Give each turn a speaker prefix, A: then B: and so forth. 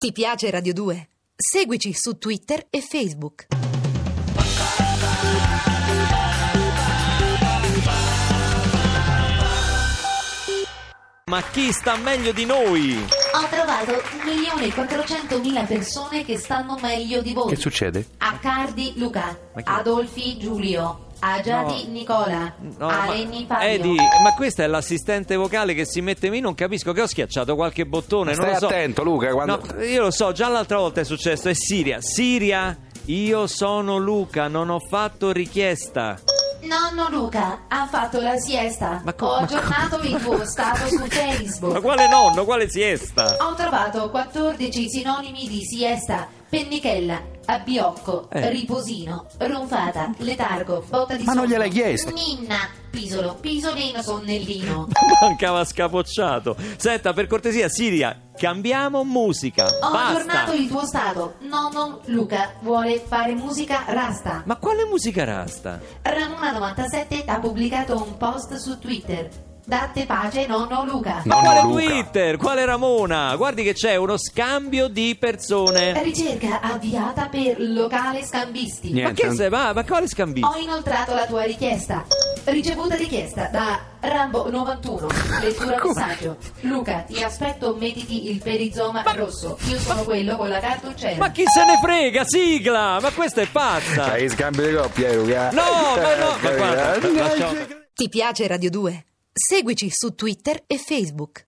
A: Ti piace Radio 2? Seguici su Twitter e Facebook.
B: Ma chi sta meglio di noi?
C: Ho trovato 1.400.000 persone che stanno meglio di voi.
D: Che succede?
C: Accardi Luca,
B: Ma chi?
C: Adolfi Giulio, Agiati
B: No.
C: Nicola, Aleni Fabio.
B: Edi, ma questa è l'assistente vocale che si mette io non capisco che ho schiacciato qualche bottone, non
D: Stai
B: lo so.
D: attento, Luca, quando...
B: No, io lo so, già l'altra volta è successo, è Siria, io sono Luca, non ho fatto richiesta.
C: Nonno Luca, ha fatto la siesta.
B: Ma
C: Ho aggiornato il tuo stato su Facebook.
B: Ma quale nonno, quale siesta?
C: Ho trovato 14 sinonimi di siesta: pennichella, abbiocco, riposino, ronfata, letargo, botta di
D: Ma non
C: sonno,
D: gliel'hai chiesto?
C: ninna, pisolo, pisolino, sonnellino.
B: Mancava scapocciato. Senta, per cortesia, Siria, cambiamo musica.
C: Ho aggiornato
B: Basta.
C: il tuo stato. Nonno Luca vuole fare musica rasta.
B: Ma quale musica rasta?
C: Ramona97 ha pubblicato un post su Twitter. Date pace, nonno Luca.
B: Ma
D: Nonno
B: quale
D: Luca.
B: Twitter? Quale Ramona? Guardi che c'è uno scambio di persone.
C: Ricerca avviata per locale scambisti.
D: Niente.
B: Ma che sei? Ma quale scambio?
C: Ho inoltrato la tua richiesta. Ricevuta richiesta da Rambo91. Lettura messaggio. Luca, ti aspetto, mettiti il perizoma rosso. Io sono quello con la cartuccera.
B: Ma chi se ne frega? Sigla! Ma questa è pazza!
D: C'hai scambio di coppia, Luca?
B: No, ma no! Ma guarda, lasciamo...
A: Ti piace Radio 2? Seguici su Twitter e Facebook.